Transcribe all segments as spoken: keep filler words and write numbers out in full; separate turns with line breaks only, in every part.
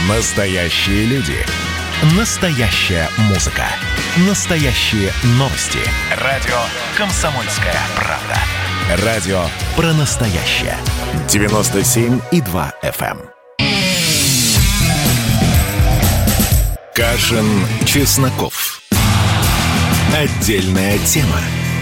Настоящие люди. Настоящая музыка. Настоящие новости. Радио «Комсомольская правда». Радио про настоящее. девяносто семь и два эф эм. Кашин, Чесноков. Отдельная тема.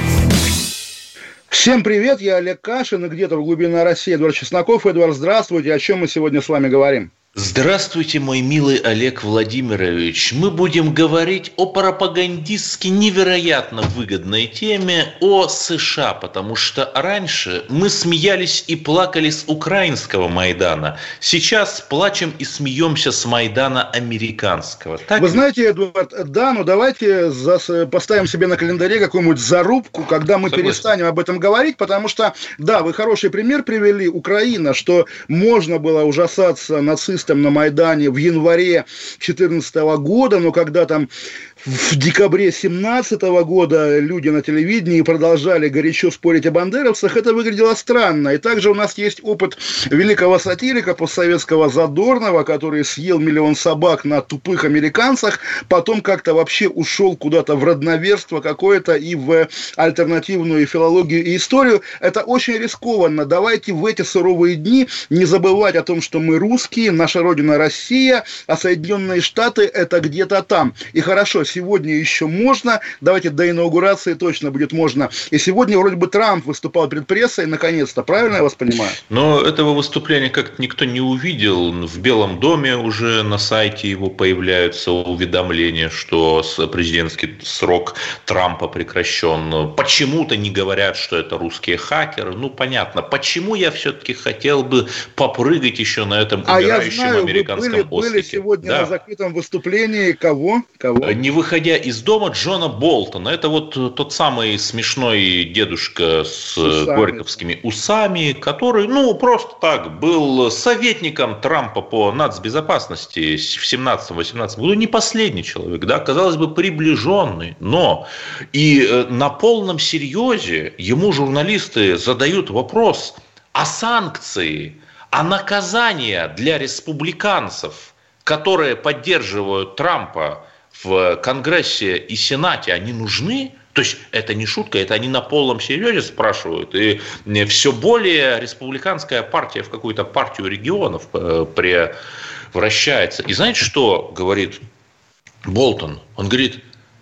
Всем привет, я Олег Кашин, и где-то в глубине России Эдвард Чесноков. Эдвард, здравствуйте. О чем мы сегодня с вами говорим?
Здравствуйте, мой милый Олег Владимирович. Мы будем говорить о пропагандистски невероятно выгодной теме о США, потому что раньше мы смеялись и плакали с украинского Майдана. Сейчас плачем и смеемся с Майдана американского. Так
Вы
ведь?
знаете, Эдвард, да, ну давайте зас- поставим себе на календаре какую-нибудь зарубку, когда мы
Согласен.
перестанем об этом говорить, потому что, да, вы хороший пример привели, Украина, что можно было ужасаться нацистам на Майдане в январе две тысячи четырнадцатого года, но когда там в декабре две тысячи семнадцатого года люди на телевидении продолжали горячо спорить о бандеровцах, это выглядело странно. И также у нас есть опыт великого сатирика постсоветского Задорнова, который съел миллион собак на тупых американцах, потом как-то вообще ушел куда-то в родноверство какое-то и в альтернативную филологию и историю. Это очень рискованно. Давайте в эти суровые дни не забывать о том, что мы русские, наша родина Россия, а Соединенные Штаты это где-то там. И хорошо, сегодня еще можно, давайте до инаугурации точно будет можно. И сегодня вроде бы Трамп выступал перед прессой, наконец-то, правильно я вас понимаю?
Но этого выступления как-то никто не увидел. В Белом доме уже на сайте его появляются уведомления, что президентский срок Трампа прекращен. Почему-то не говорят, что это русские хакеры. Ну, понятно. Почему я все-таки хотел бы попрыгать еще на этом
а
умирающем
я знаю,
американском
вы были, были
ослике?
сегодня
Да.
на закрытом выступлении кого? Кого?
Не выходя из дома Джона Болтона. Это вот тот самый смешной дедушка с
Усами.
горьковскими усами, который, ну, просто так был советником Трампа по нацбезопасности в семнадцатом-восемнадцатом году. Не последний человек, да, казалось бы, приближенный. Но и на полном серьезе ему журналисты задают вопрос о санкции, о наказании для республиканцев, которые поддерживают Трампа в Конгрессе и Сенате, они нужны? То есть это не шутка, это они на полном серьезе спрашивают. И все более республиканская партия в какую-то партию регионов превращается. И знаете, что говорит Болтон? Он говорит: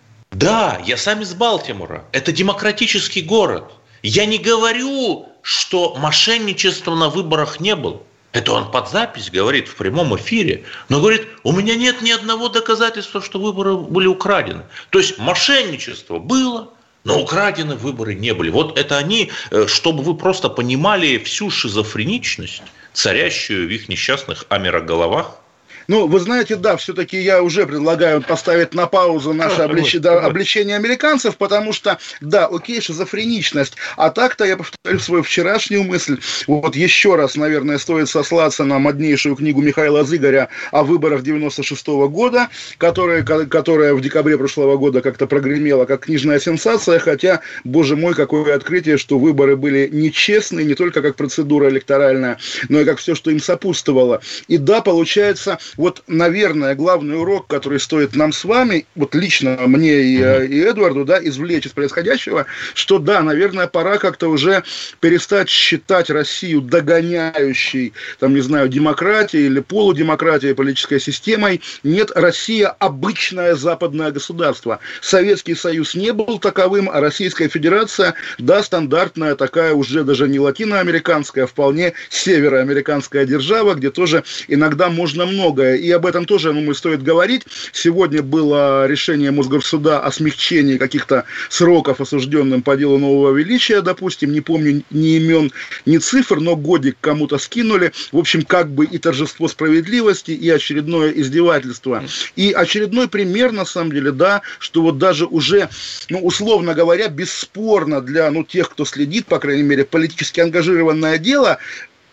да, я сам из Балтимора, это демократический город. Я не говорю, что мошенничества на выборах не было. Это он под запись говорит в прямом эфире, но говорит: у меня нет ни одного доказательства, что выборы были украдены. То есть мошенничество было, но украдены выборы не были. Вот это они, чтобы вы просто понимали всю шизофреничность, царящую в их несчастных амероголовах.
Ну, вы знаете, да, все-таки я уже предлагаю поставить на паузу наше облич... да, обличение американцев, потому что, да, окей, шизофреничность, а так-то я повторю свою вчерашнюю мысль, вот еще раз, наверное, стоит сослаться на моднейшую книгу Михаила Зыгоря о выборах девяносто шестого года, которая, которая в декабре прошлого года как-то прогремела как книжная сенсация, хотя, боже мой, какое открытие, что выборы были нечестные, не только как процедура электоральная, но и как все, что им сопутствовало. И да, получается... Вот, наверное, главный урок, который стоит нам с вами, вот лично мне и, и Эдварду, да, извлечь из происходящего, что да, наверное, пора как-то уже перестать считать Россию догоняющей, там, не знаю, демократией или полудемократией, политической системой. Нет, Россия обычное западное государство. Советский Союз не был таковым, а Российская Федерация, да, стандартная такая уже даже не латиноамериканская, а вполне североамериканская держава, где тоже иногда можно много. И об этом тоже, я думаю, стоит говорить. Сегодня было решение Мосгорсуда о смягчении каких-то сроков осужденным по делу нового величия, допустим, не помню ни имен, ни цифр, но годик кому-то скинули. В общем, как бы и торжество справедливости, и очередное издевательство. И очередной пример, на самом деле, да, что вот даже уже, ну, условно говоря, бесспорно для, ну, тех, кто следит, по крайней мере, политически ангажированное дело,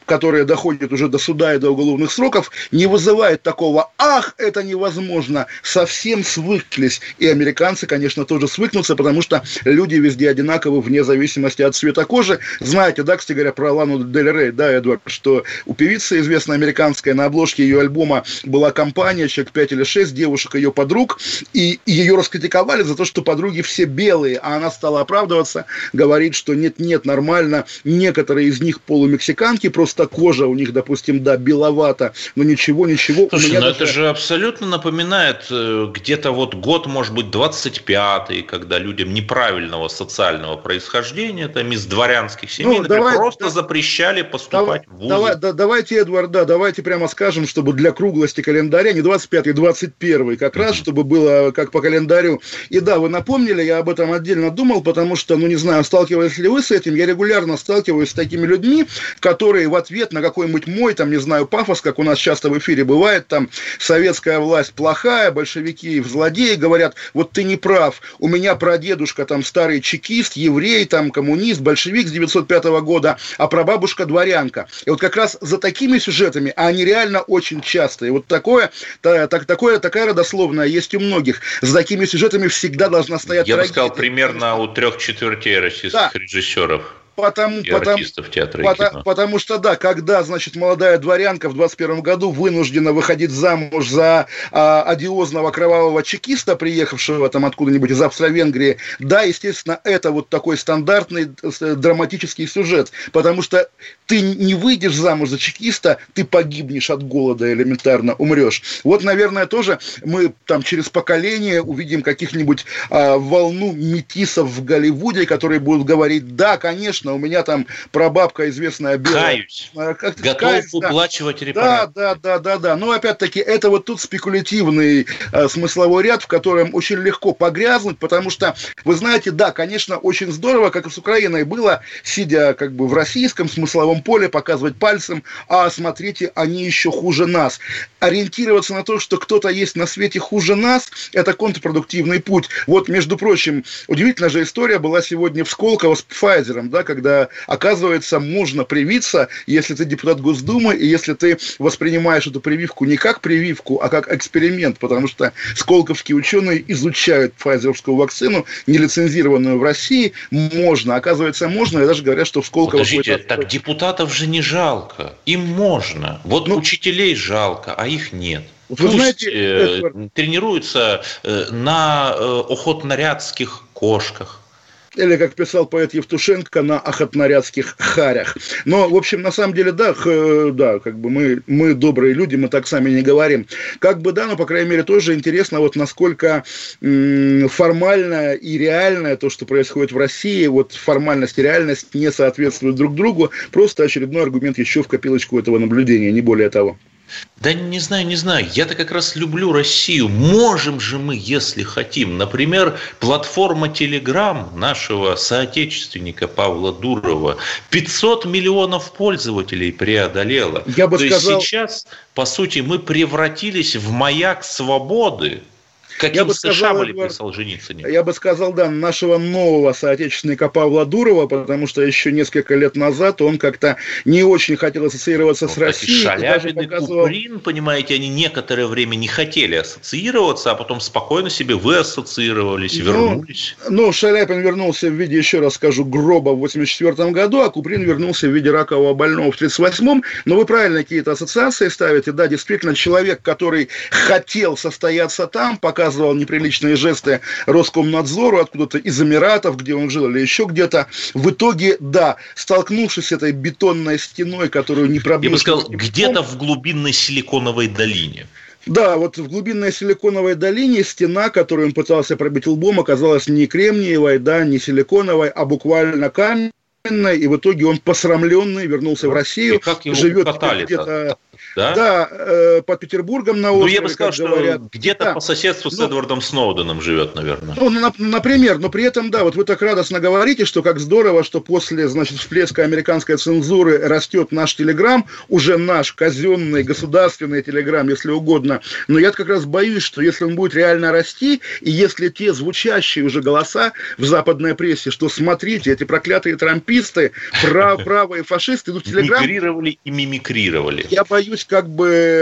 которые доходят уже до суда и до уголовных сроков, не вызывает такого «ах, это невозможно», совсем свыклись. И американцы, конечно, тоже свыкнутся, потому что люди везде одинаковы вне зависимости от цвета кожи. Знаете, да, кстати говоря, про Лану Дель Рей, да, Эдвард, что у певицы известной американской на обложке ее альбома была компания, человек пять или шесть девушек, ее подруг, и ее раскритиковали за то, что подруги все белые, а она стала оправдываться, говорит, что нет-нет, нормально, некоторые из них полумексиканки, просто кожа у них, допустим, да, беловата, но ничего, ничего.
Слушай,
у меня
ну
даже...
это же абсолютно напоминает где-то вот год, может быть, двадцать пятый, когда людям неправильного социального происхождения, там из дворянских семей,
ну,
например,
давай,
просто
да,
запрещали поступать
да,
в вузы.
Давай, да, давайте, Эдвард, да, давайте прямо скажем, чтобы для круглости календаря, не двадцать пятый, двадцать первый, как mm-hmm. раз, чтобы было как по календарю. И да, вы напомнили, я об этом отдельно думал, потому что, ну не знаю, сталкивались ли вы с этим, я регулярно сталкиваюсь с такими людьми, которые в ответ на какой-нибудь мой, там, не знаю, пафос, как у нас часто в эфире бывает, там, советская власть плохая, большевики злодеи, говорят, вот ты не прав, у меня прадедушка, там, старый чекист, еврей, там, коммунист, большевик с девятьсот пятого года, а прабабушка дворянка. И вот как раз за такими сюжетами, а они реально очень частые, вот такое, та, так, такое, такая родословная есть у многих, за такими сюжетами всегда должна стоять
Я
трагедия.
бы сказал, примерно у трех четвертей российских да. режиссеров.
Потому, потому, потому, потому что, да, когда, значит, молодая дворянка в двадцать первом году вынуждена выходить замуж за а, одиозного кровавого чекиста, приехавшего там откуда-нибудь из Австро-Венгрии, да, естественно, это вот такой стандартный драматический сюжет, потому что ты не выйдешь замуж за чекиста, ты погибнешь от голода, элементарно умрешь. Вот, наверное, тоже мы там через поколение увидим каких-нибудь а, волну метисов в Голливуде, которые будут говорить, да, конечно, у меня там прабабка известная белая.
Каюсь.
Как,
Готов
каюсь,
уплачивать
да.
репарации.
Да, да, да, да, да. Но опять-таки это вот тут спекулятивный э, смысловой ряд, в котором очень легко погрязнуть, потому что, вы знаете, да, конечно, очень здорово, как и с Украиной было, сидя как бы в российском смысловом поле, показывать пальцем, а смотрите, они еще хуже нас. Ориентироваться на то, что кто-то есть на свете хуже нас, это контрпродуктивный путь. Вот, между прочим, удивительная же история была сегодня в Сколково с Pfizer'ом, да, когда, оказывается, можно привиться, если ты депутат Госдумы, и если ты воспринимаешь эту прививку не как прививку, а как эксперимент, потому что сколковские ученые изучают пфайзеровскую вакцину, нелицензированную в России, можно, оказывается, можно, и даже говорят, что в Сколково...
Подождите, так депутатов же не жалко, им можно, вот ну, учителей жалко, а их нет. Вы Пусть знаете, э, это... тренируются э, на э, охотнорядских кошках.
Или, как писал поэт Евтушенко, на охотнорядских харях. Но, в общем, на самом деле, да, х, да, как бы мы, мы добрые люди, мы так сами не говорим. Как бы, да, но, по крайней мере, тоже интересно, вот насколько м, формально и реально то, что происходит в России, вот формальность и реальность не соответствуют друг другу. Просто очередной аргумент еще в копилочку этого наблюдения, не более того.
Да не знаю, не знаю. Я-то как раз люблю Россию. Можем же мы, если хотим. Например, платформа Telegram нашего соотечественника Павла Дурова пятьсот миллионов пользователей преодолела.
Я бы
То
сказал...
есть сейчас, по сути, мы превратились в маяк свободы. Каким
я бы
США
сказал,
были при Солженицыне?
Я бы сказал, да, нашего нового соотечественника Павла Дурова, потому что еще несколько лет назад он как-то не очень хотел ассоциироваться ну, с Россией.
Шаляпин и показывал... Куприн, понимаете, они некоторое время не хотели ассоциироваться, а потом спокойно себе вы ассоциировались, ну, вернулись.
Ну, Шаляпин вернулся в виде, еще раз скажу, гроба в восемьдесят четвёртом году, а Куприн вернулся в виде ракового больного в тридцать восьмом. Но вы правильно какие-то ассоциации ставите. Да, действительно, человек, который хотел состояться там, показывал неприличные жесты Роскомнадзору откуда-то из Эмиратов, где он жил, или еще где-то. В итоге, да, столкнувшись с этой бетонной стеной, которую не пробил...
Я бы сказал, где-то в глубинной Силиконовой долине.
Да, вот в глубинной Силиконовой долине стена, которую он пытался пробить лбом, оказалась не кремниевой, да, не силиконовой, а буквально каменной. И в итоге он посрамленный вернулся в Россию,
и как его
живет
укатали-то?
где-то...
да?
Да, э, под Петербургом на острове,
ну, я бы сказал, что
говорят.
где-то
да.
по соседству с ну, Эдвардом Сноуденом живет, наверное.
Ну, на, например, но при этом, да, вот вы так радостно говорите, что как здорово, что после, значит, всплеска американской цензуры растет наш Телеграм, уже наш казенный, государственный Телеграм, если угодно. Но я как раз боюсь, что если он будет реально расти, и если те звучащие уже голоса в западной прессе, что смотрите, эти проклятые трамписты, прав, правые фашисты, идут в Телеграм...
Мигрировали и мимикрировали.
Я боюсь, как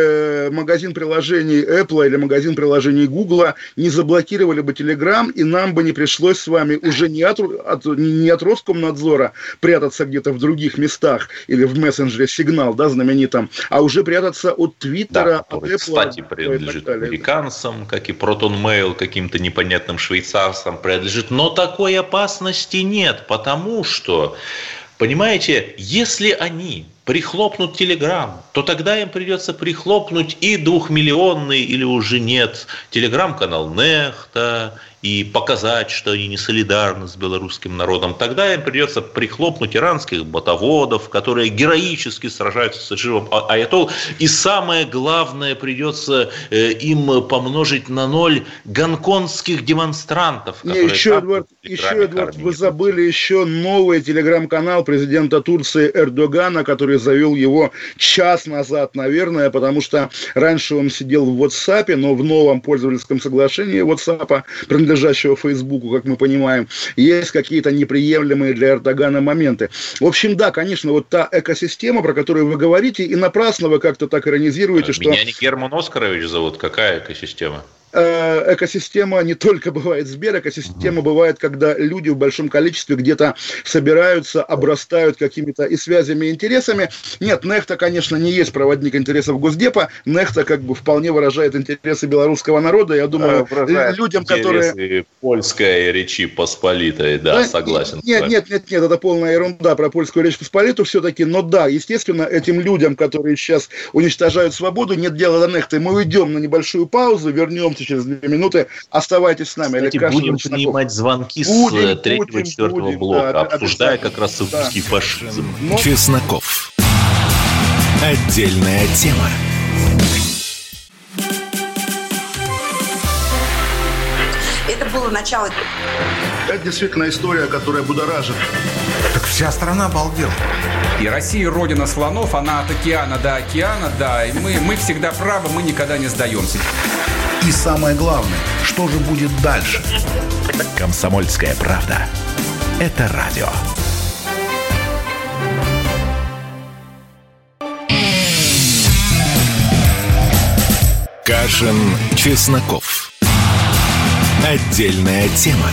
бы магазин приложений Apple или магазин приложений Google не заблокировали бы Telegram, и нам бы не пришлось с вами уже не от, от, не от Роскомнадзора прятаться где-то в других местах или в мессенджере Сигнал, да, знаменитом, а уже прятаться от Твиттера,
да,
от Apple.
Кстати, принадлежит американцам, как и ProtonMail, каким-то непонятным швейцарцам принадлежит. Но такой опасности нет, потому что, понимаете, если они прихлопнут Телеграм, то тогда им придется прихлопнуть и двухмиллионный, или уже нет, телеграм-канал Нехта, и показать, что они не солидарны с белорусским народом. Тогда им придется прихлопнуть иранских ботоводов, которые героически сражаются с режимом аятолл. И самое главное, придется им помножить на ноль гонконгских демонстрантов.
Не, еще, Эдвард, еще, Эдвард, вы забыли еще новый телеграм-канал президента Турции Эрдогана, который завел его час назад, наверное, потому что раньше он сидел в WhatsApp, но в новом пользовательском соглашении WhatsApp, принадлежащего Фейсбуку, как мы понимаем, есть какие-то неприемлемые для Эрдогана моменты. В общем, да, конечно, вот та экосистема, про которую вы говорите, и напрасно вы как-то так иронизируете,
Меня
что...
не Герман Оскарович зовут, какая экосистема?
Экосистема не только бывает Сбер, экосистема бывает, когда люди в большом количестве где-то собираются, обрастают какими-то и связями, и интересами. Нет, Нехта, конечно, не есть проводник интересов Госдепа. Нехта как бы вполне выражает интересы белорусского народа. Я думаю, а, людям, которые...
Польской Речи Посполитой, да, да, согласен.
Нет, нет, нет, нет, это полная ерунда про польскую Речь Посполитую все-таки. Но да, естественно, этим людям, которые сейчас уничтожают свободу, нет дела до Нехты. Мы уйдем на небольшую паузу, вернемся через две минуты. Оставайтесь с нами.
Кстати, будем принимать звонки будем, с третьего-четвертого блока, да, обсуждая как раз русский да. фашизм.
Но... Чесноков. Отдельная тема.
Это было начало.
Это действительно история, которая будоражит.
Так вся страна обалдела.
И Россия родина слонов, она от океана до океана, да, и мы, мы всегда правы, мы никогда не сдаемся.
И самое главное, что же будет дальше?
«Комсомольская правда». Это радио. Кашин, Чесноков. Отдельная тема.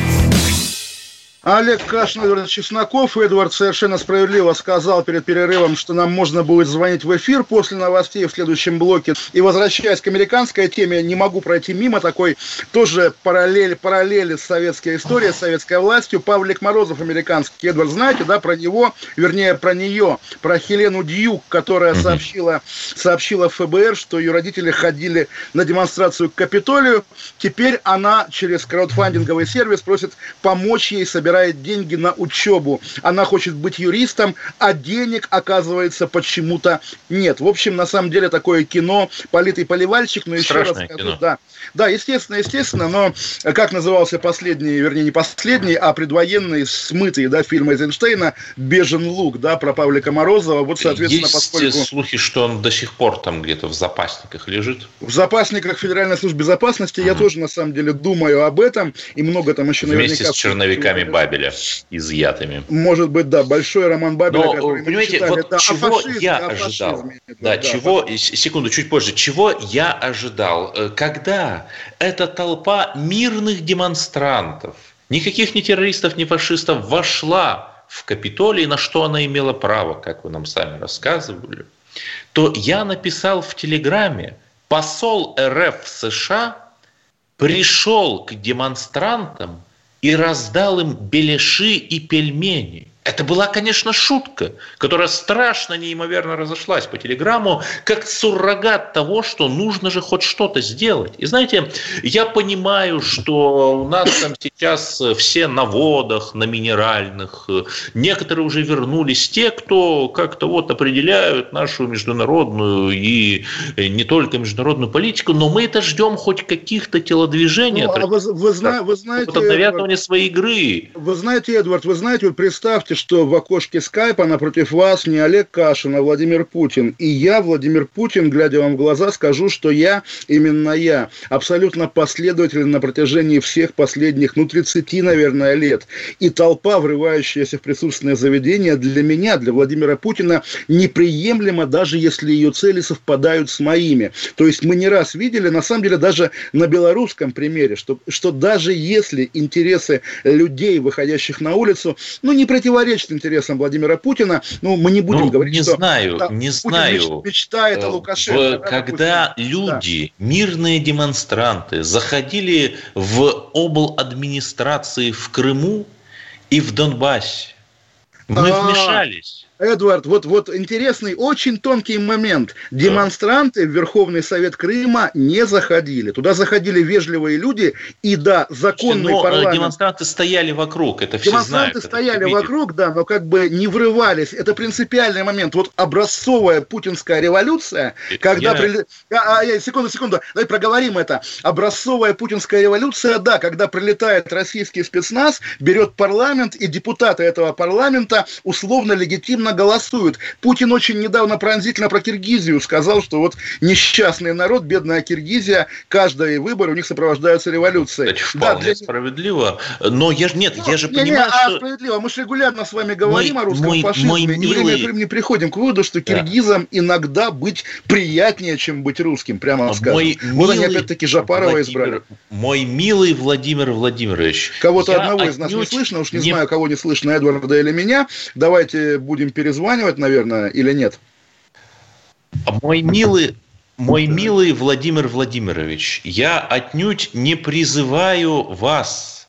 Олег Кашин, Эдвард Чесноков. Эдвард совершенно справедливо сказал перед перерывом, что нам можно будет звонить в эфир после новостей в следующем блоке. И возвращаясь к американской теме, не могу пройти мимо такой тоже параллели, параллели с советской историей, с советской властью. Павлик Морозов, американский. Эдвард, знаете, да, про него, вернее, про нее, про Хелену Дьюк, которая mm-hmm. сообщила, сообщила ФБР, что ее родители ходили на демонстрацию к Капитолию. Теперь она через краудфандинговый сервис просит помочь ей собирать деньги на учебу. Она хочет быть юристом, а денег, оказывается, почему-то нет. В общем, на самом деле, такое кино «Политый поливальщик», но еще
Страшное
раз скажу,
кино.
да, да, естественно, естественно, но как назывался последний, вернее, не последний, а предвоенный, смытый, да, фильм Эйзенштейна «Бежен лук», да, про Павлика Морозова. Вот, соответственно,
Есть
поскольку...
слухи, что он до сих пор там где-то в запасниках лежит.
В запасниках Федеральной службы безопасности mm-hmm. я тоже, на самом деле, думаю об этом, и много там еще
Вместе
наверняка...
с черновиками Бабеля изъятыми.
Может быть, да, большой роман Бабеля,
Но,
который
понимаете,
читали,
вот
да,
чего
фашизме,
я
о
ожидал,
фашизме,
да,
да,
чего,
да,
секунду, чуть позже, чего я ожидал, когда эта толпа мирных демонстрантов, никаких ни террористов, ни фашистов, вошла в Капитолий, на что она имела право, как вы нам сами рассказывали, то я написал в Телеграме: посол РФ в США пришел к демонстрантам и раздал им беляши и пельмени. Это была, конечно, шутка, которая страшно неимоверно разошлась по телеграмму, как суррогат того, что нужно же хоть что-то сделать. И знаете, я понимаю, что у нас там сейчас все на водах, на минеральных, некоторые уже вернулись, те, кто как-то вот определяют нашу международную и не только международную политику, но мы это ждем хоть каких-то телодвижений.
Ну, а вы, вы, зна, вы знаете,
от навязывания своей игры.
Вы знаете, Эдвард, вы знаете, вот представьте, что в окошке скайпа напротив вас не Олег Кашин, а Владимир Путин. И я, Владимир Путин, глядя вам в глаза, скажу, что я, именно я, абсолютно последователен на протяжении всех последних, ну, тридцати, наверное, лет. И толпа, врывающаяся в присутственное заведение, для меня, для Владимира Путина, неприемлема, даже если ее цели совпадают с моими. То есть мы не раз видели, на самом деле, даже на белорусском примере, что, что даже если интересы людей, выходящих на улицу, ну, не противоречат интересам Владимира Путина, ну, мы не будем
ну,
говорить,
не
что
знаю,
да,
не
Путин
знаю.
мечтает о Лукашенко.
В, да, когда допустим, люди, да. мирные демонстранты, заходили в обладминистрации в Крыму и в Донбассе, мы А-а-а. вмешались.
Эдвард, вот, вот интересный, очень тонкий момент. Демонстранты в Верховный Совет Крыма не заходили. Туда заходили вежливые люди, и да, законный но парламент...
демонстранты стояли вокруг, это все
демонстранты
знают.
Демонстранты стояли вокруг, да, но как бы не врывались. Это принципиальный момент. Вот образцовая путинская революция, когда... Я... При... А, а, секунду, секунду, давай проговорим это. Образцовая путинская революция, да, когда прилетает российский спецназ, берет парламент, и депутаты этого парламента условно легитимно голосуют. Путин очень недавно пронзительно про Киргизию сказал, что вот несчастный народ, бедная Киргизия, каждые выборы у них сопровождаются революцией.
Это вполне да, для... справедливо. Но я же нет, ну, я же не, понимаю,
не,
что...
А, справедливо. Мы же регулярно с вами говорим мой, о русском
мой,
фашизме,
мой
и
милый...
время от времени приходим к выводу, что киргизам да. иногда быть приятнее, чем быть русским, прямо скажем. Мой вот милый... они опять-таки Жапарова
Владимир...
избрали.
Мой милый Владимир Владимирович.
Кого-то я одного из нас не слышно, уж не, не знаю, кого не слышно, Эдварда или меня. Давайте будем перезванивать, наверное, или нет?
Мой милый, мой милый Владимир Владимирович, я отнюдь не призываю вас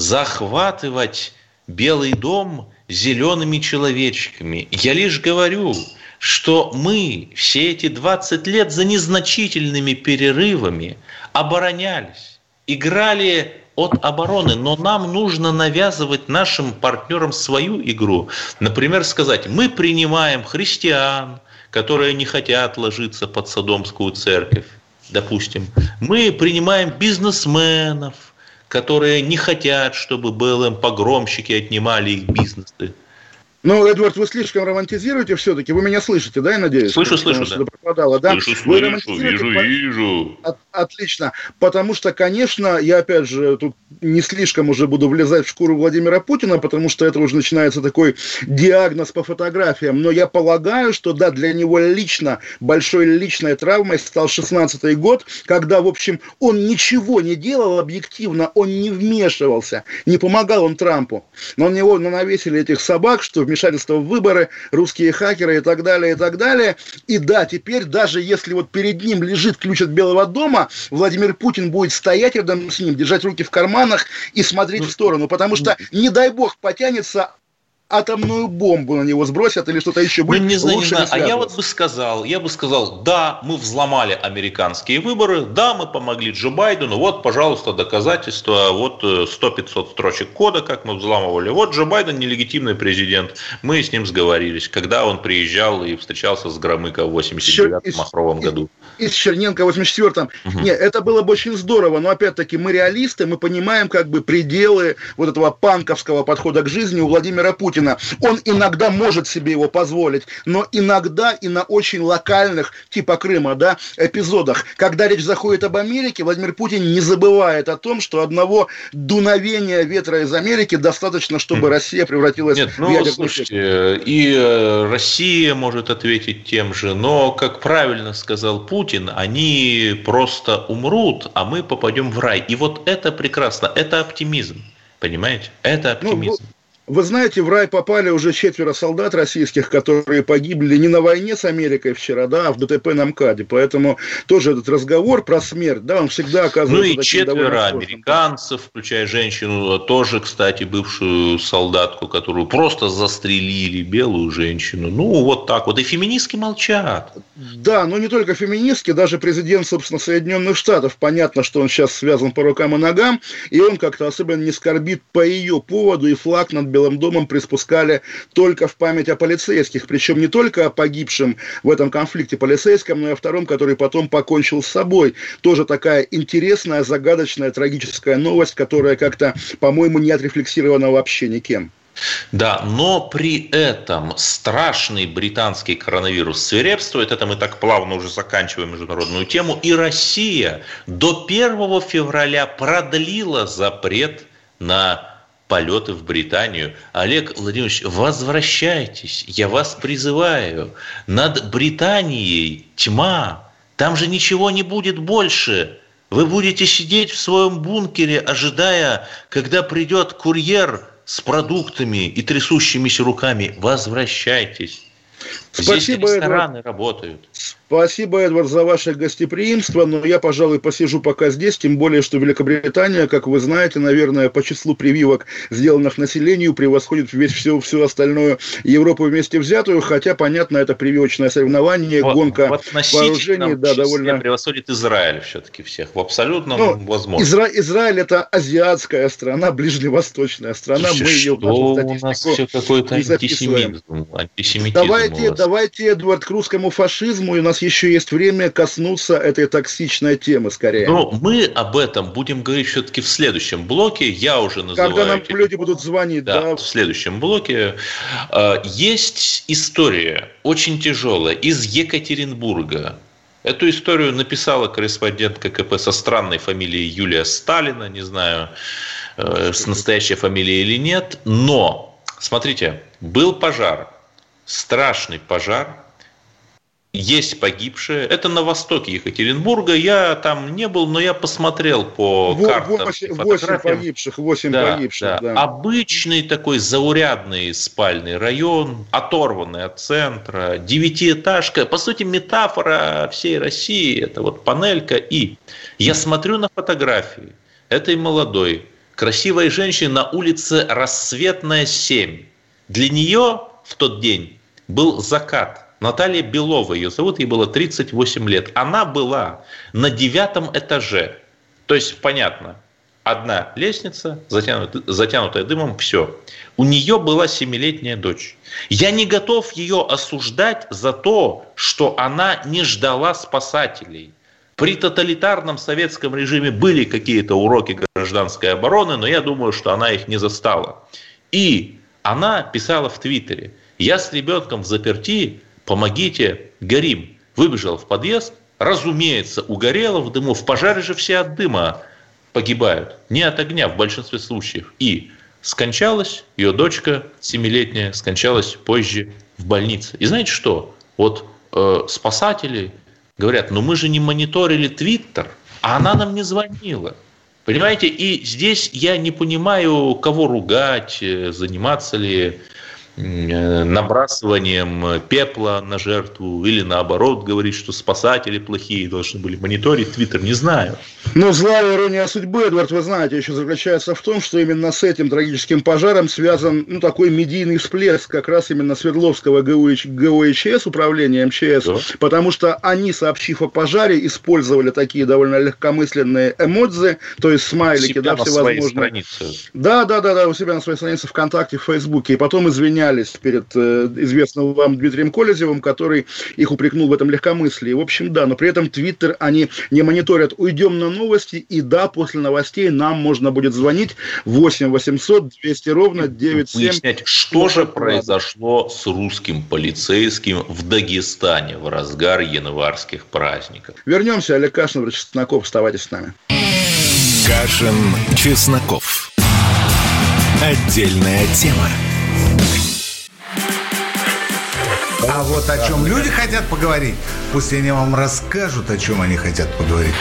захватывать Белый дом зелеными человечками. Я лишь говорю, что мы все эти двадцать лет за незначительными перерывами оборонялись, играли от обороны, но нам нужно навязывать нашим партнерам свою игру. Например, сказать, мы принимаем христиан, которые не хотят ложиться под Содомскую церковь, допустим. Мы принимаем бизнесменов, которые не хотят, чтобы БЛМ-погромщики отнимали их бизнесы.
Ну, Эдвард, вы слишком романтизируете все-таки. Вы меня слышите, да, я надеюсь?
Слышу, слышу, да.
Пропадало, да.
Слышу, слышу, вижу, вижу.
От, отлично. Потому что, конечно, я, опять же, тут не слишком уже буду влезать в шкуру Владимира Путина, потому что это уже начинается такой диагноз по фотографиям. Но я полагаю, что, да, для него лично, большой личной травмой стал шестнадцатый год, когда, в общем, он ничего не делал объективно, он не вмешивался, не помогал он Трампу. Но на него навесили этих собак, что вмешательство в выборы, русские хакеры и так далее, и так далее. И да, теперь даже если вот перед ним лежит ключ от Белого дома, Владимир Путин будет стоять рядом с ним, держать руки в карманах и смотреть в сторону, потому что, не дай бог, потянется атомную бомбу на него сбросят или что-то еще будет.
Ну, не знаю, не знаю. А я вот бы сказал, я бы сказал, да, мы взломали американские выборы, да, мы помогли Джо Байдену, вот, пожалуйста, доказательства, вот сто-пятьсот строчек кода, как мы взламывали. Вот Джо Байден нелегитимный президент, мы с ним сговорились, когда он приезжал и встречался с Громыко в восемьдесят девятом махровом году.
И с Черненко в восемьдесят четвёртом. Угу. Нет, это было бы очень здорово, но опять-таки мы реалисты, мы понимаем как бы пределы вот этого панковского подхода к жизни у Владимира Путина. Он иногда может себе его позволить, но иногда и на очень локальных, типа Крыма, да, эпизодах. Когда речь заходит об Америке, Владимир Путин не забывает о том, что одного дуновения ветра из Америки достаточно, чтобы Россия превратилась
Нет, ну,
в ядерную
слушайте, и Россия может ответить тем же, но, как правильно сказал Путин, они просто умрут, а мы попадем в рай. И вот это прекрасно, это оптимизм, понимаете? Это оптимизм.
Ну, Вы знаете, в рай попали уже четверо солдат российских, которые погибли не на войне с Америкой вчера, да, а в ДТП на МКАДе. Поэтому тоже этот разговор про смерть, да, он всегда оказывается...
Ну и четверо американцев, включая женщину, тоже, кстати, бывшую солдатку, которую просто застрелили, белую женщину. Ну, вот так вот. И феминистки молчат.
Да, но не только феминистки, даже президент, собственно, Соединенных Штатов, понятно, что он сейчас связан по рукам и ногам, и он как-то особенно не скорбит по ее поводу, и флаг над Белым домом приспускали только в память о полицейских, причем не только о погибшем в этом конфликте полицейском, но и о втором, который потом покончил с собой. Тоже такая интересная, загадочная, трагическая новость, которая как-то, по-моему, не отрефлексирована вообще никем.
Да, но при этом страшный британский коронавирус свирепствует, это мы так плавно уже заканчиваем международную тему, и Россия до первого февраля продлила запрет на полеты в Британию. Олег Владимирович, возвращайтесь, я вас призываю. Над Британией тьма, там же ничего не будет больше. Вы будете сидеть в своем бункере, ожидая, когда придет курьер с продуктами и трясущимися руками. Возвращайтесь. Здесь
Спасибо,
рестораны
Эдвард.
работают.
Спасибо, Эдвард, за ваше гостеприимство, но я, пожалуй, посижу пока здесь, тем более, что Великобритания, как вы знаете, наверное, по числу прививок, сделанных населению, превосходит весь всю, всю остальную Европу вместе взятую, хотя, понятно, это прививочное соревнование,
вот,
гонка
вооружений,
да, довольно...
превосходит Израиль все-таки всех, в абсолютном
ну,
возможно.
Изра... Израиль – это азиатская страна, ближневосточная страна,
Слушай,
мы ее в нашу статистику
у нас все какой-то антисемитизм, антисемитизм
давайте, давайте, Эдвард, к русскому фашизму, и у нас еще есть время коснуться этой токсичной темы, скорее.
Но мы об этом будем говорить все-таки в следующем блоке. Я уже называю...
Когда нам люди будут звонить,
да.
да.
В следующем блоке. Есть история, очень тяжелая, из Екатеринбурга. Эту историю написала корреспондентка ка пэ со странной фамилией Юлия Сталина. Не знаю, с настоящей фамилией или нет. Но, смотрите, был пожар. Страшный пожар. Есть погибшие. Это на востоке Екатеринбурга. Я там не был, но я посмотрел по
Во-
картам.
восемь, восемь погибших, восемь
да,
погибших,
да.
да.
Обычный такой заурядный спальный район, оторванный от центра, девятиэтажка. По сути, метафора всей России. Это вот панелька. И я смотрю на фотографии этой молодой, красивой женщины на улице Рассветная, семь. Для нее в тот день был закат. Наталья Белова, ее зовут, ей было тридцать восемь лет. Она была на девятом этаже. То есть, понятно, одна лестница, затянутая, затянутая дымом, все. У нее была семилетняя дочь. Я не готов ее осуждать за то, что она не ждала спасателей. При тоталитарном советском режиме были какие-то уроки гражданской обороны, но я думаю, что она их не застала. И она писала в Твиттере: «Я с ребенком в заперти, помогите, горим». Выбежал в подъезд, разумеется, угорела в дыму. В пожаре же все от дыма погибают, не от огня в большинстве случаев. И скончалась ее дочка семилетняя, скончалась позже в больнице. И знаете что? Вот э, спасатели говорят: ну мы же не мониторили Твиттер, а она нам не звонила. Понимаете? И здесь я не понимаю, кого ругать, заниматься ли набрасыванием пепла на жертву или наоборот говорить, что спасатели плохие, должны были мониторить Твиттер, не знаю.
Но злая ирония судьбы, Эдвард, вы знаете, еще заключается в том, что именно с этим трагическим пожаром связан, ну, такой медийный всплеск как раз именно Свердловского гэ у эйч эс, управления эм че эс, да. Потому что они, сообщив о пожаре, использовали такие довольно легкомысленные эмодзи, то есть смайлики, да, всевозможные. Да, да, да, да, у себя на своей странице ВКонтакте, в Фейсбуке, и потом извинялись перед э, известным вам Дмитрием Колезевым, который их упрекнул в этом легкомыслии. В общем, да, но при этом Твиттер они не мониторят. Уйдем на новости, и да, после новостей нам можно будет звонить восемь восемьсот двести ровно девяносто семь.
Выяснять, что же произошло с русским полицейским в Дагестане в разгар январских праздников.
Вернемся. Олег Кашин, Владимир Чесноков. Оставайтесь с нами.
Кашин, Чесноков. Отдельная тема.
А вот о чем люди хотят поговорить, пусть они вам расскажут, о чем они хотят поговорить.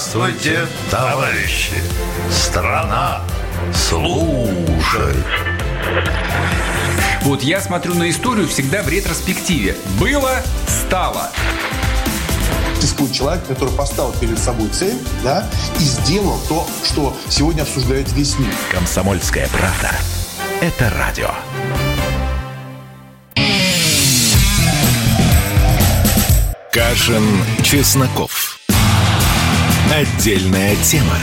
Здравствуйте, товарищи! Страна, слушай!
Вот я смотрю на историю всегда в ретроспективе. Было, стало.
Существует человек, который поставил перед собой цель, да, и сделал то, что сегодня обсуждает весь мир.
«Комсомольская правда». Это радио. Кашин, Чесноков. Отдельная тема.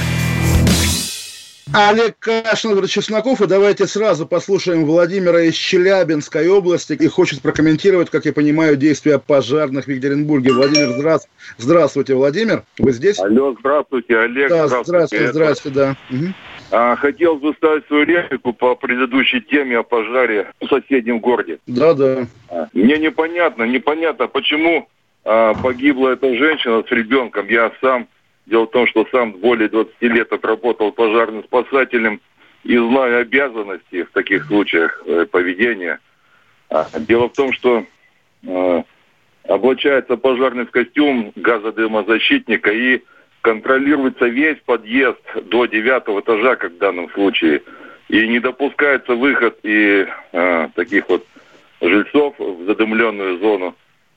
Олег Кашин, Эдвард Чесноков, и давайте сразу послушаем Владимира из Челябинской области, и хочет прокомментировать, как я понимаю, действия пожарных в Екатеринбурге. Владимир, здра... здравствуйте, Владимир, вы здесь?
Алло, здравствуйте, Олег,
да,
здравствуйте.
Здравствуйте, здравствуйте, да. Угу.
А, хотел бы ставить свою реплику по предыдущей теме о пожаре в соседнем городе.
Да, да.
А, мне непонятно, непонятно, почему а, погибла эта женщина с ребенком. Я сам... Дело в том, что сам более двадцати лет отработал пожарным спасателем и знаю обязанности в таких случаях э, поведения. А, дело в том, что э, облачается пожарный в костюм газодымозащитника и контролируется весь подъезд до девятого этажа, как в данном случае. И не допускается выход и э, таких вот жильцов в задымленную зону.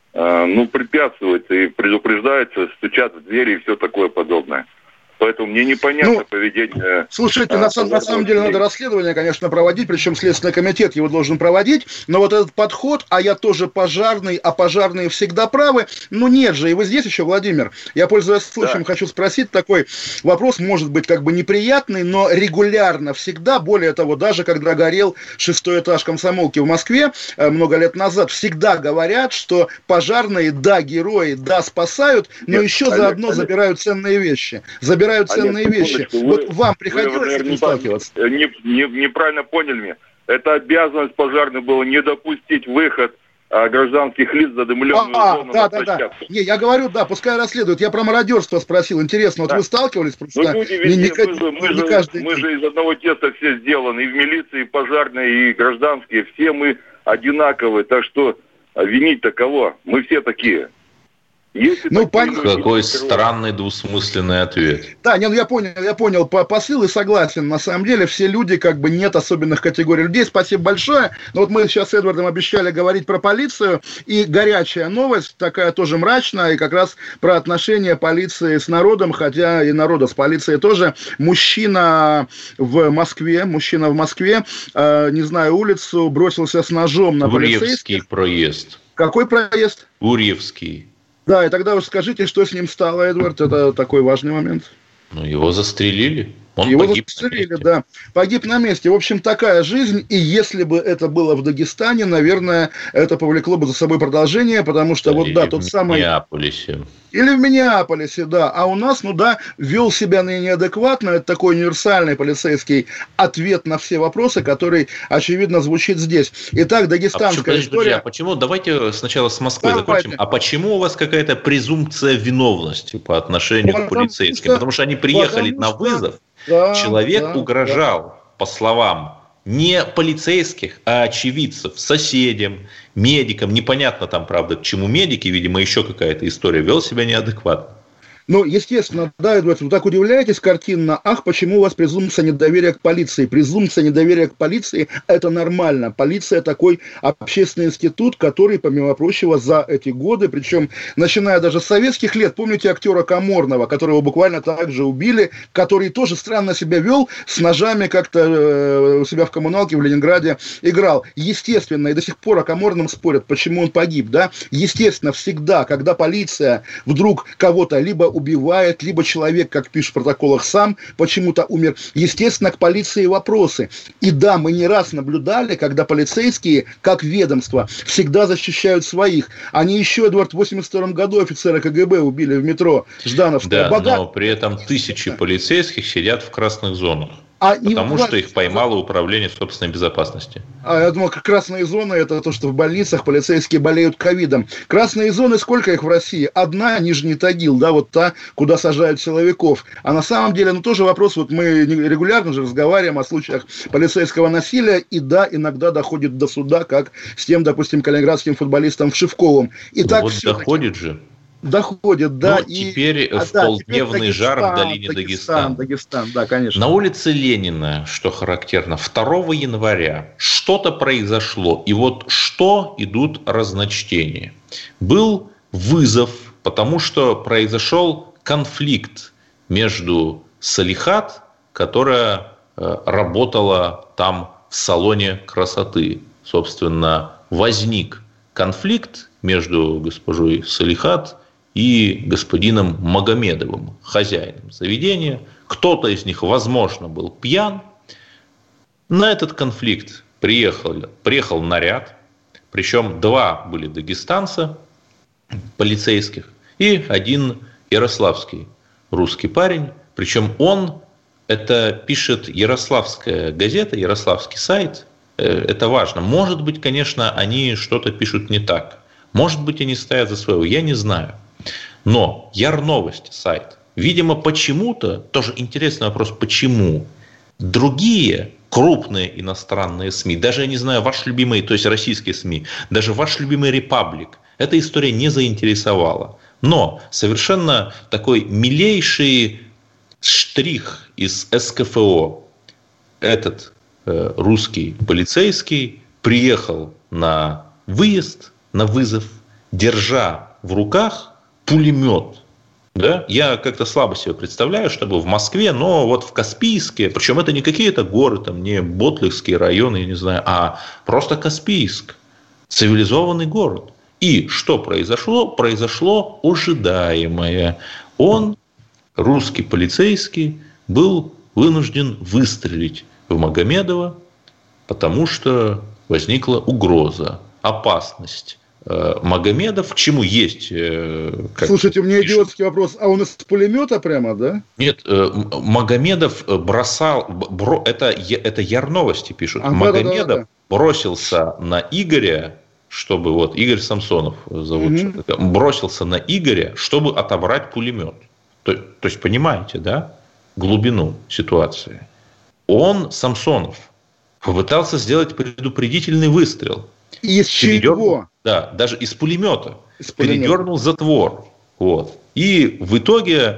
Ну, препятствуется и предупреждается, стучат в двери и все такое подобное. Поэтому мне непонятно ну, поведение...
Слушайте, а, на, на самом деле надо расследование, конечно, проводить, причем Следственный комитет его должен проводить, но вот этот подход, а я тоже пожарный, а пожарные всегда правы, ну нет же, и вы здесь еще, Владимир, я, пользуясь случаем, да. хочу спросить такой вопрос, может быть, как бы неприятный, но регулярно, всегда, более того, даже когда горел шестой этаж Комсомолки в Москве много лет назад, всегда говорят, что пожарные, да, герои, да, спасают, но нет, еще Олег, заодно Олег. забирают ценные вещи, забирают ценные Олег, вещи. Вы, вот вам приходилось вы, наверное, с этим сталкиваться?
Не, не, неправильно поняли меня. Это обязанность пожарных было не допустить выход а, гражданских лиц в задымленную
а,
зону.
Да, да, да. Не, я говорю, да, пускай расследуют. Я про мародерство спросил. Интересно, вот да. вы сталкивались? Просто
ну, люди везде, не, не, мы, же, мы,
не
же,
каждый
мы же из одного теста все сделаны. И в милиции, и пожарные, и гражданские. Все мы одинаковые. Так что винить-то кого? Мы все такие.
Если ну, пон... Какой странный двусмысленный ответ.
Да, не, ну я понял, я понял посыл и согласен. На самом деле все люди, как бы нет особенных категорий людей. Спасибо большое. Но вот мы сейчас с Эдвардом обещали говорить про полицию. И горячая новость, такая тоже мрачная, и как раз про отношения полиции с народом, хотя и народа с полицией тоже. Мужчина в Москве, мужчина в Москве, э, не знаю улицу, бросился с ножом на полицейских.
Гурьевский проезд.
Какой проезд?
Гурьевский.
Да, и тогда уж скажите, что с ним стало, Эдвард, это такой важный момент.
Ну, его застрелили. Он
Его
погиб
застрелили, на месте. Да. Погиб на месте. В общем, такая жизнь. И если бы это было в Дагестане, наверное, это повлекло бы за собой продолжение, потому что
да,
вот, да, тот самый...
в Миннеаполисе.
Или в Миннеаполисе, да. А у нас, ну да, вел себя неадекватно. Это такой универсальный полицейский ответ на все вопросы, который, очевидно, звучит здесь. Итак, дагестанская а
почему, история... А почему, давайте сначала с Москвы да, закончим. Давайте. А почему у вас какая-то презумпция виновности по отношению потому к полицейским? Что... Потому что они приехали потому на что... вызов. Да, Человек да, угрожал, да. по словам, не полицейских, а очевидцев, соседям, медикам. Непонятно там, правда, к чему медики, видимо, еще какая-то история, вел себя неадекватно.
Ну, естественно, да, Эдуард, вы так удивляетесь картинно. Ах, почему у вас презумпция недоверия к полиции? Презумпция недоверия к полиции – это нормально. Полиция – такой общественный институт, который, помимо прочего, за эти годы, причем начиная даже с советских лет, помните актера Каморного, которого буквально так же убили, который тоже странно себя вел, с ножами как-то э, у себя в коммуналке в Ленинграде играл. Естественно, и до сих пор о Каморном спорят, почему он погиб, да? Естественно, всегда, когда полиция вдруг кого-то либо убивает, либо человек, как пишет в протоколах, сам почему-то умер. Естественно, к полиции вопросы. И да, мы не раз наблюдали, когда полицейские, как ведомство, всегда защищают своих. Они еще, Эдуард, в восемьдесят втором году офицера ка гэ бэ убили в метро Ждановская.
Да, Богат... но при этом тысячи полицейских сидят в красных зонах. А потому что их поймало управление собственной безопасности.
А я думал, как красные зоны, это то, что в больницах полицейские болеют ковидом. Красные зоны, сколько их в России? Одна, Нижний Тагил, да, вот та, куда сажают силовиков. А на самом деле, ну, тоже вопрос, вот мы регулярно же разговариваем о случаях полицейского насилия, и да, иногда доходит до суда, как с тем, допустим, калининградским футболистом Вшивковым. И
ну,
так
вот доходит же.
Доходит, да.
Ну, и, теперь а, в да, полдневный теперь жар в долине Дагестан.
Дагестан. Дагестан, да, конечно.
На улице Ленина, что характерно, второго января что-то произошло. И вот что идут разночтения. Был вызов, потому что произошел конфликт между Салихат, которая э, работала там в салоне красоты. Собственно, возник конфликт между госпожой Салихат и господином Магомедовым, хозяином заведения. Кто-то из них, возможно, был пьян. На этот конфликт приехал, приехал наряд, причем два были дагестанца, полицейских, и один ярославский русский парень. Причем он, это пишет ярославская газета, ярославский сайт, это важно. Может быть, конечно, они что-то пишут не так. Может быть, они стоят за своего, я не знаю. Но Ярновости сайт, видимо, почему-то, тоже интересный вопрос, почему другие крупные иностранные СМИ, даже, я не знаю, ваш любимый, то есть российские СМИ, даже ваш любимый Репаблик, эта история не заинтересовала. Но совершенно такой милейший штрих из СКФО, этот э, русский полицейский приехал на выезд, на вызов, держа в руках пулемет. Да? Я как-то слабо себе представляю, чтобы в Москве, но вот в Каспийске, причем это не какие-то горы, там, не Ботлихские районы, я не знаю, а просто Каспийск, цивилизованный город. И что произошло? Произошло ожидаемое. Он, русский полицейский, был вынужден выстрелить в Магомедова, потому что возникла угроза, опасность. Магомедов, к чему есть... Как
Слушайте, у меня пишут. Идиотский вопрос. А он из пулемета прямо, да?
Нет, Магомедов бросал... Бро, это, это Ярновости пишут. А, Магомедов да, да, да. бросился на Игоря, чтобы... Вот, Игорь Самсонов зовут. Угу. Бросился на Игоря, чтобы отобрать пулемет. То, то есть, понимаете, да? Глубину ситуации. Он, Самсонов, попытался сделать предупредительный выстрел.
Из чего?
Да, даже из пулемета. Из пулемета. Передернул затвор. Вот. И в итоге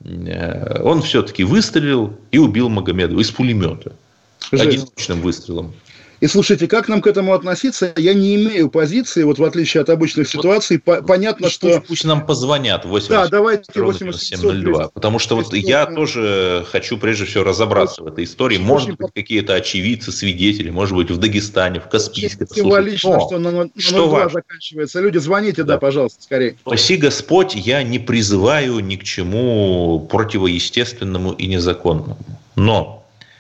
он все-таки выстрелил и убил Магомедова из пулемета. Жесть. Одиночным выстрелом.
И слушайте, как нам к этому относиться? Я не имею позиции, вот в отличие от обычных ситуаций. Вот, понятно, что...
Пусть, пусть нам позвонят восемь
да, давайте
семь ноль два. Потому что вот я тоже хочу прежде всего разобраться в этой истории. Может быть, какие-то очевидцы, свидетели, может быть, в Дагестане, в Каспийске.
Символично, что на ноль два заканчивается. Люди, звоните, да, да пожалуйста, скорее.
Спаси Господь, я не призываю ни к чему противоестественному и незаконному. Но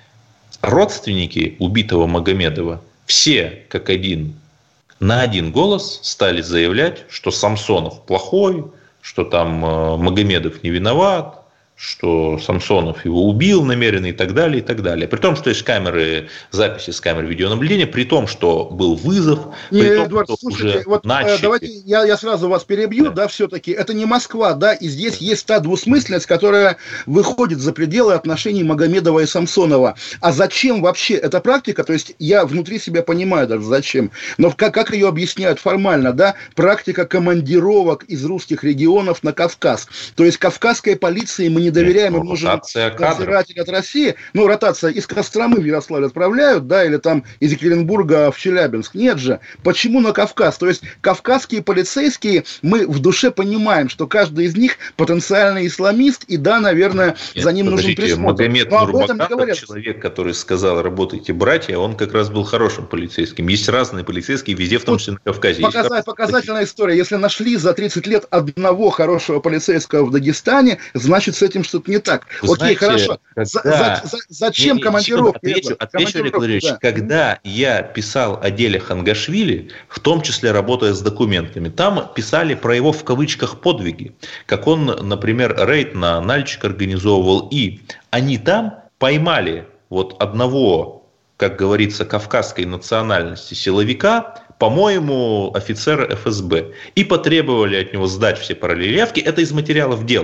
родственники убитого Магомедова все, как один, на один голос стали заявлять, что Самсонов плохой, что там Магомедов не виноват, что Самсонов его убил намеренно и так далее, и так далее. При том, что есть камеры, записи с камер видеонаблюдения, при том, что был вызов,
не,
при том,
Эдуард,
что
слушайте,
уже
вот,
начали...
Давайте я, я сразу вас перебью, да, да все-таки. Это не Москва, да, и здесь есть та двусмысленность, которая выходит за пределы отношений Магомедова и Самсонова. А зачем вообще эта практика? То есть я внутри себя понимаю даже зачем, но как, как ее объясняют формально, да, практика командировок из русских регионов на Кавказ. То есть кавказской полиции мы не доверяем, им нужен надзиратель от России. Ну, ротация из Костромы в Ярославль отправляют, да, или там из Екатеринбурга в Челябинск. Нет же. Почему на Кавказ? То есть кавказские полицейские, мы в душе понимаем, что каждый из них потенциальный исламист, и да, наверное, Нет, за ним нужен присмотр.
Магомед Нурмаканов, человек, который сказал, работайте, братья, он как раз был хорошим полицейским. Есть разные полицейские везде, в том числе на Кавказе.
Показать, показательная история. Если нашли за тридцать лет одного хорошего полицейского в Дагестане, значит, с этим что-то не так. Вы Окей, знаете, хорошо. Когда... За, за, зачем не, не, командировки?
Отвечу, отвечу Олег Владимирович, да. Когда я писал о деле Хангашвили, в том числе работая с документами, там писали про его в кавычках подвиги. Как он, например, рейд на Нальчик организовывал. И они там поймали вот одного, как говорится, кавказской национальности силовика, по-моему, офицера эф эс бэ, и потребовали от него сдать все параллелевки. Это из материалов дела.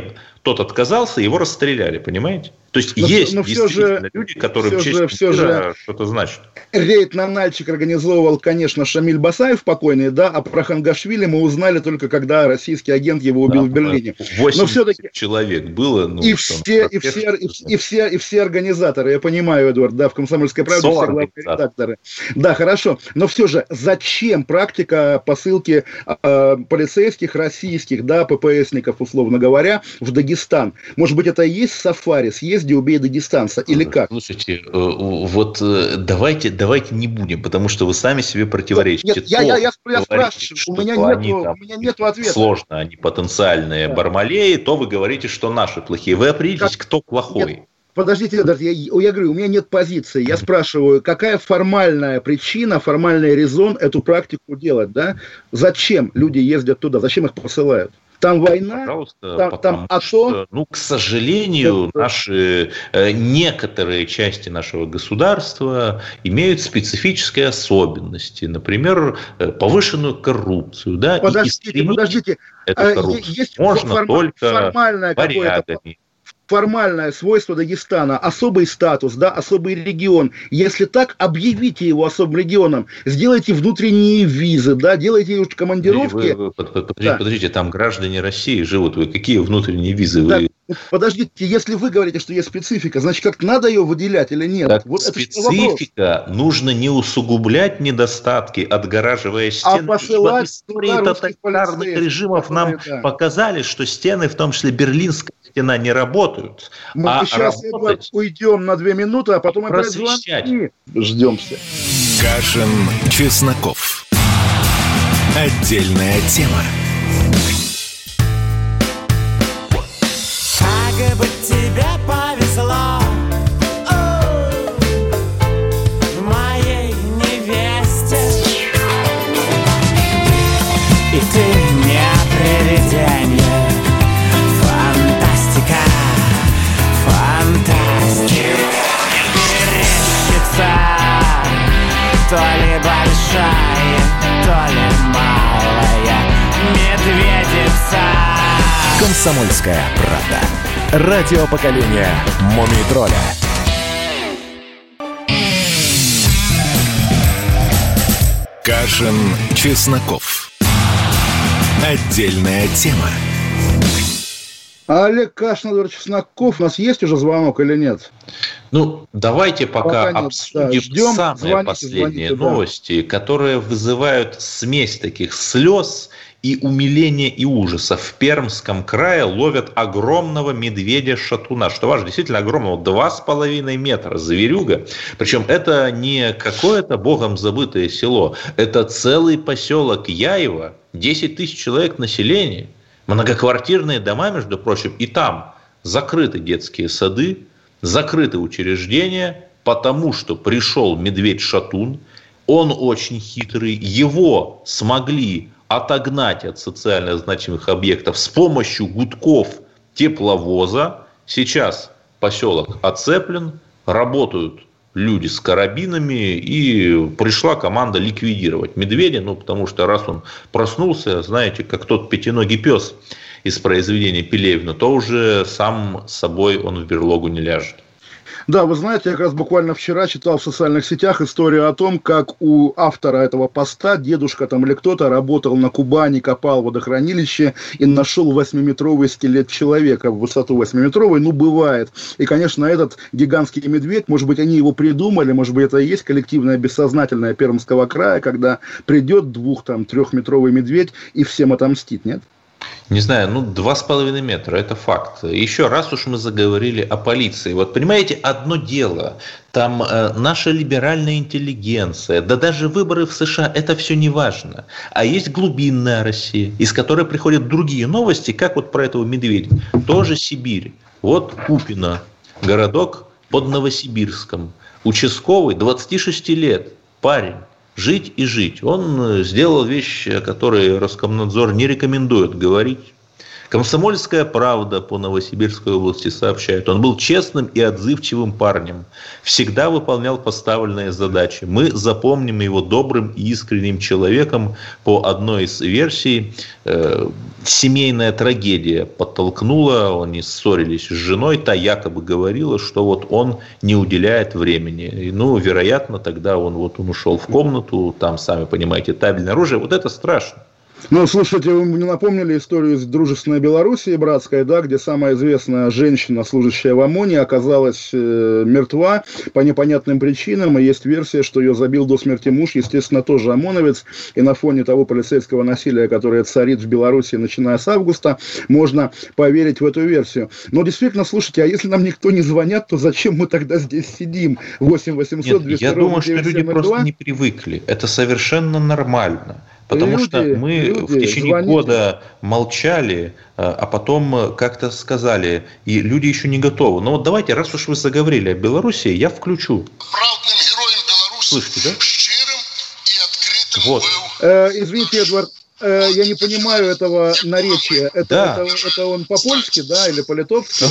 тот отказался, его расстреляли, понимаете? То есть
но,
есть
но
действительно
же,
люди, которые в честь
же,
мира что-то значат.
Рейд на Нальчик организовывал, конечно, Шамиль Басаев покойный, да, а про Хангашвили мы узнали только, когда российский агент его убил да, в Берлине.
восемьдесят но все-таки человек было. Ну,
и, все, и, все, и, и, все, и все организаторы, я понимаю, Эдуард, да, в «Комсомольской правде» все главные редакторы. Да, хорошо. Но все же, зачем практика посылки э, полицейских российских, да, ППСников, условно говоря, в Дагестан? Может быть, это и есть сафари, съезди, убей дагестанца, или как?
Слушайте, вот давайте, давайте не будем, потому что вы сами себе противоречите.
Нет, я, я, я, я спрашиваю, у меня, нету, у меня нету ответа.
Сложно, они потенциальные да. бармалеи, то вы говорите, что наши плохие. Вы определитесь, как? Кто плохой. Нет.
Подождите, Эдуард, я, я говорю, у меня нет позиции. Я спрашиваю, какая формальная причина, формальный резон эту практику делать, да? Зачем люди ездят туда, зачем их посылают? Там война,
Пожалуйста,
там, там АТО.
Что, ну, к сожалению, да, наши, э, некоторые части нашего государства имеют специфические особенности. Например, повышенную коррупцию. Да,
подождите,
и
подождите.
Эту коррупцию
есть
можно
форм,
только порядками.
Формальное свойство Дагестана, особый статус, да, особый регион. Если так, объявите его особым регионом, сделайте внутренние визы, да, делайте командировки.
Вы, вы, подождите, да. подождите, там граждане России живут, вы какие внутренние визы? Да. Вы...
Подождите, если вы говорите, что есть специфика, значит, как надо ее выделять или нет?
Так, вот специфика, нужно не усугублять недостатки, отгораживая стены.
А посылать
истории тоталитарных режимов нам да. показали, что стены, в том числе Берлинская стена, не работают.
Мы
а
сейчас работать... уйдем на две минуты, а потом опять звонки. Ждемся.
Кашин, Чесноков. Отдельная тема.
Как бы тебе повезло, моей невесте, и ты не привидение, фантастика, фантастика. Мерещится то ли большая, то ли малая медведица.
Комсомольская правда. Радио поколения Мумий Тролля. Кашин, Чесноков. Отдельная тема.
Олег Кашин, Эдуард Чесноков. У нас есть уже звонок или нет?
Ну, давайте пока, пока обсудим да, ждем, самые звоните, последние звоните, новости, да. которые вызывают смесь таких слез и умиления и ужаса. В Пермском крае ловят огромного медведя-шатуна. Что важно, действительно огромного, два с половиной метра, зверюга. Причем это не какое-то богом забытое село, это целый поселок Яево, десять тысяч человек населения, многоквартирные дома, между прочим, и там закрыты детские сады, закрыты учреждения, потому что пришел медведь-шатун, он очень хитрый, его смогли отогнать от социально значимых объектов с помощью гудков тепловоза. Сейчас поселок оцеплен, работают люди с карабинами, и пришла команда ликвидировать медведя, ну, потому что раз он проснулся, знаете, как тот пятиногий пес из произведения Пелевина, то уже сам собой он в берлогу не ляжет.
Да, вы знаете, я как раз буквально вчера читал в социальных сетях историю о том, как у автора этого поста, дедушка там или кто-то, работал на Кубани, копал водохранилище и нашел восьмиметровый скелет человека в высоту восьмиметровой, ну, бывает. И, конечно, этот гигантский медведь, может быть, они его придумали, может быть, это и есть коллективное бессознательное Пермского края, когда придет двух, там, трехметровый медведь и всем отомстит, нет?
Не знаю, ну, два с половиной метра, это факт. Еще раз уж мы заговорили о полиции. Вот, понимаете, одно дело, там э, наша либеральная интеллигенция, да даже выборы в США, это все не важно. А есть глубинная Россия, из которой приходят другие новости, как вот про этого медведя. Тоже Сибирь. Вот Купино, городок под Новосибирском. Участковый, двадцать шесть лет, парень. Жить и жить. Он сделал вещи, о которой Роскомнадзор не рекомендует говорить. «Комсомольская правда» по Новосибирской области сообщает. Он был честным и отзывчивым парнем. Всегда выполнял поставленные задачи. Мы запомним его добрым и искренним человеком. По одной из версий, э, семейная трагедия подтолкнула, они ссорились с женой, та якобы говорила, что вот он не уделяет времени. И, ну, вероятно, тогда он, вот, он ушел в комнату, там, сами понимаете, табельное оружие. Вот это страшно.
Ну, слушайте, вы мне напомнили историю из дружественной Белоруссии, братской, да, где самая известная женщина, служащая в ОМОНе, оказалась э, мертва по непонятным причинам, и есть версия, что ее забил до смерти муж, естественно, тоже ОМОНовец, и на фоне того полицейского насилия, которое царит в Белоруссии, начиная с августа, можно поверить в эту версию. Но действительно, слушайте, а если нам никто не звонят, то зачем мы тогда здесь сидим? восемь восемьсот двести
Я думаю, что люди просто не привыкли. Это совершенно нормально. Потому люди, что мы люди, в течение звоните. года молчали, а потом как-то сказали, и люди еще не готовы. Но вот давайте, раз уж вы заговорили о Беларуси, я включу.
Правдным героем Беларуси,
слышите, да?
щирым и открытым
вот.
был.
Э, извините, Эдвард, э, я не понимаю этого наречия. Это,
да.
это, это он по-польски, да, или по-литовски?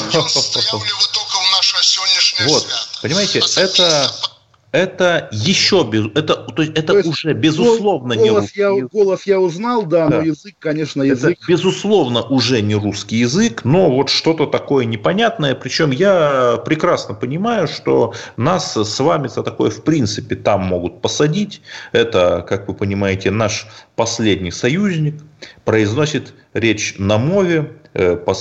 Вот, понимаете, это... Это еще без, это, то есть, это то есть, уже безусловно
голос
не русский
я,
язык.
Голос я узнал, да, да, но язык, конечно, язык.
Это, безусловно, уже не русский язык, но вот что-то такое непонятное. Причем я прекрасно понимаю, что нас с вами за такое, в принципе, там могут посадить. Это, как вы понимаете, наш последний союзник. Произносит речь на мове э, по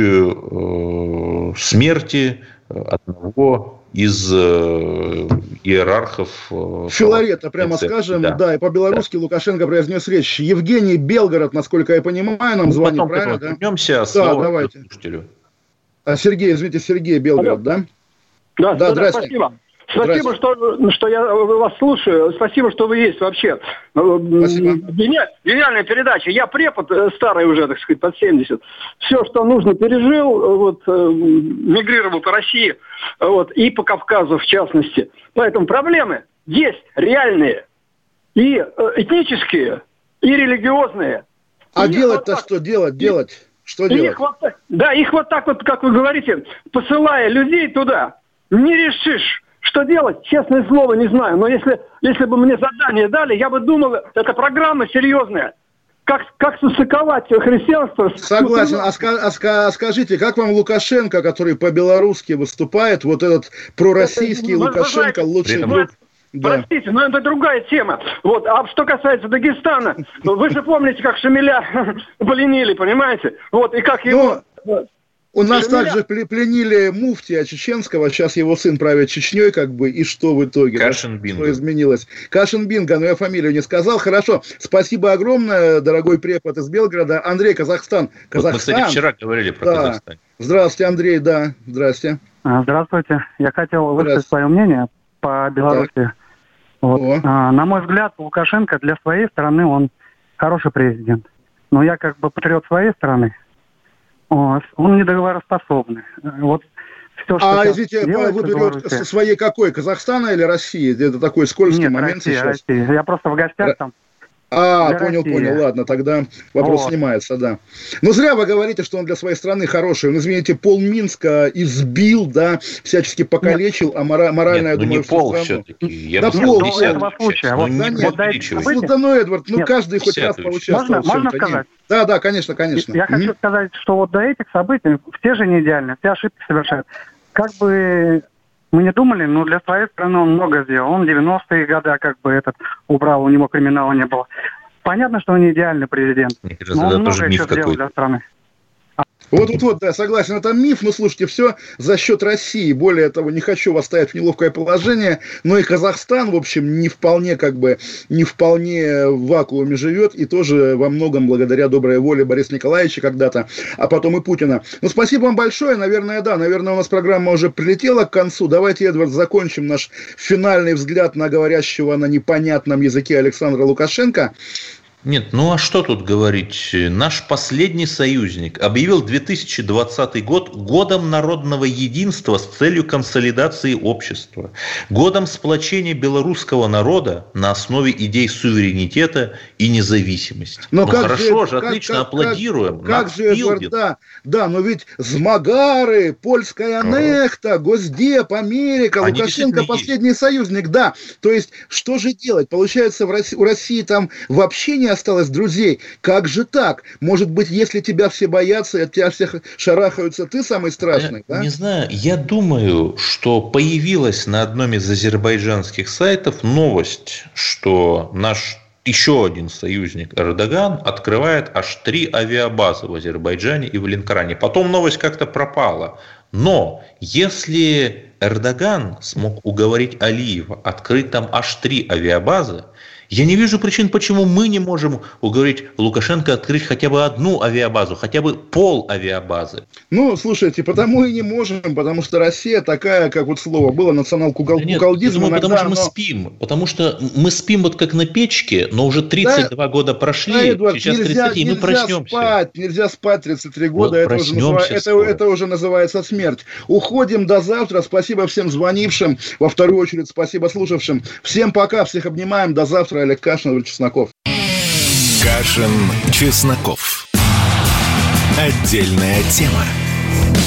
случаю э, смерти одного из э, иерархов. Э,
Филарета, прямо скажем, да. да, и по-белорусски да. Лукашенко произнес речь. Евгений Белгород, насколько я понимаю, нам ну, звонит, правильно?
Да? Вернемся,
да, давайте.
Слушателю.
А Сергей, извините, Сергей Белгород, Алло. да?
Да, да, да, спасибо. Спасибо, что, что я вас слушаю. Спасибо, что вы есть вообще.
Спасибо.
Гениальная передача. Я препод старый уже, так сказать, под семьдесят. Все, что нужно, пережил. Вот, мигрировал по России. Вот, и по Кавказу, в частности. Поэтому проблемы есть реальные. И этнические, и религиозные.
А
и
делать-то
вот
что делать? Делать? Что
и
делать?
Их вот, да, их вот так вот, как вы говорите, посылая людей туда, не решишь. Что делать, честное слово, не знаю. Но если, если бы мне задание дали, я бы думал, это программа серьезная. Как, как состыковать христианство?
Согласен. А, ска, а, ска, а скажите, как вам Лукашенко, который по-белорусски выступает, вот этот пророссийский это, Лукашенко, лучший друг?
Да. Простите, но это другая тема. Вот. А что касается Дагестана, вы же помните, как Шамиля пленили, понимаете? Вот, и как его... Но...
У нас также пленили муфтия чеченского, сейчас его сын правит Чечней, как бы, и что в итоге?
Кашин-Бинго.
Что изменилось? Кашин-Бинго, но я фамилию не сказал. Хорошо, спасибо огромное, дорогой препод из Белгорода. Андрей, Казахстан. Казахстан.
Вот мы, кстати, вчера говорили про да. Казахстан.
Здравствуйте, Андрей, да, здрасте.
Здравствуйте, я хотел высказать свое мнение по Беларуси. Вот. А, на мой взгляд, Лукашенко для своей страны, он хороший президент. Но я как бы патриот своей страны. Он недоговороспособный. Вот все, что
а, извините, вы берете своей какой? Казахстана или России? Это такой скользкий
Нет,
момент
Россия,
сейчас.
Россия. Я просто в гостях там.
А, понял, России. понял, ладно, тогда вопрос вот. снимается, да. Но зря вы говорите, что он для своей страны хороший. Он, извините, пол Минска избил, да, всячески покалечил, нет. а мора- морально,
нет,
я
ну
думаю,
не пол
страну...
все-таки. Я
да
думаю,
пол,
до этого случая. Вот,
да,
нет, вот дайте
ну, да, ну, Эдвард, ну, нет, каждый хоть раз поучаствовал.
Можно, можно сказать?
Нет. Да, да, конечно, конечно.
Я mm-hmm. хочу сказать, что вот до этих событий все же не идеально, все ошибки совершают. Как бы... Мы не думали, но для своей страны он много сделал. Он в девяностые годы как бы этот убрал, у него криминала не было. Понятно, что он не идеальный президент,
Мне кажется, но он много еще сделал
для страны.
Вот-вот-вот, да, согласен, это миф, но слушайте, все за счет России. Более того, не хочу вас ставить в неловкое положение, но и Казахстан, в общем, не вполне, как бы, не вполне в вакууме живет, и тоже во многом благодаря доброй воле Бориса Николаевича когда-то, а потом и Путина. Ну, спасибо вам большое, наверное, да, наверное, у нас программа уже прилетела к концу. Давайте, Эдвард, закончим наш финальный взгляд на говорящего на непонятном языке Александра Лукашенко.
Нет, ну а что тут говорить? Наш последний союзник объявил две тысячи двадцатый год годом народного единства с целью консолидации общества, годом сплочения белорусского народа на основе идей суверенитета и независимости. Но ну, хорошо же, же как, отлично, как, аплодируем.
Как, как же, Эдвард, да, да, но ведь Змагары, польская нехта, Госдеп, Америка, Они Лукашенко последний есть. союзник, да. То есть, что же делать? Получается, в России, у России там вообще не осталось друзей. Как же так? Может быть, если тебя все боятся и от тебя всех шарахаются, ты самый страшный,
я
да?
Не знаю. Я думаю, что появилась на одном из азербайджанских сайтов новость, что наш еще один союзник Эрдоган открывает аж три авиабазы в Азербайджане и в Ленкоране. Потом новость как-то пропала. Но если Эрдоган смог уговорить Алиева открыть там аж три авиабазы, я не вижу причин, почему мы не можем уговорить Лукашенко открыть хотя бы одну авиабазу, хотя бы пол авиабазы.
Ну, слушайте, потому и не можем, потому что Россия такая, как вот слово было, национал-куколдизм.
Нет, потому что мы но... спим, потому что мы спим вот как на печке, но уже тридцать два да, года прошли, да, Эдуард, сейчас
нельзя,
тридцать три, и мы проснемся.
Спать, нельзя спать тридцать три года, вот это, уже называется, это, это уже называется смерть. Уходим до завтра, спасибо всем звонившим, во вторую очередь спасибо слушавшим. Всем пока, всех обнимаем, до завтра. Олег Кашин, Олег Чесноков.
Кашин, Чесноков. Отдельная тема.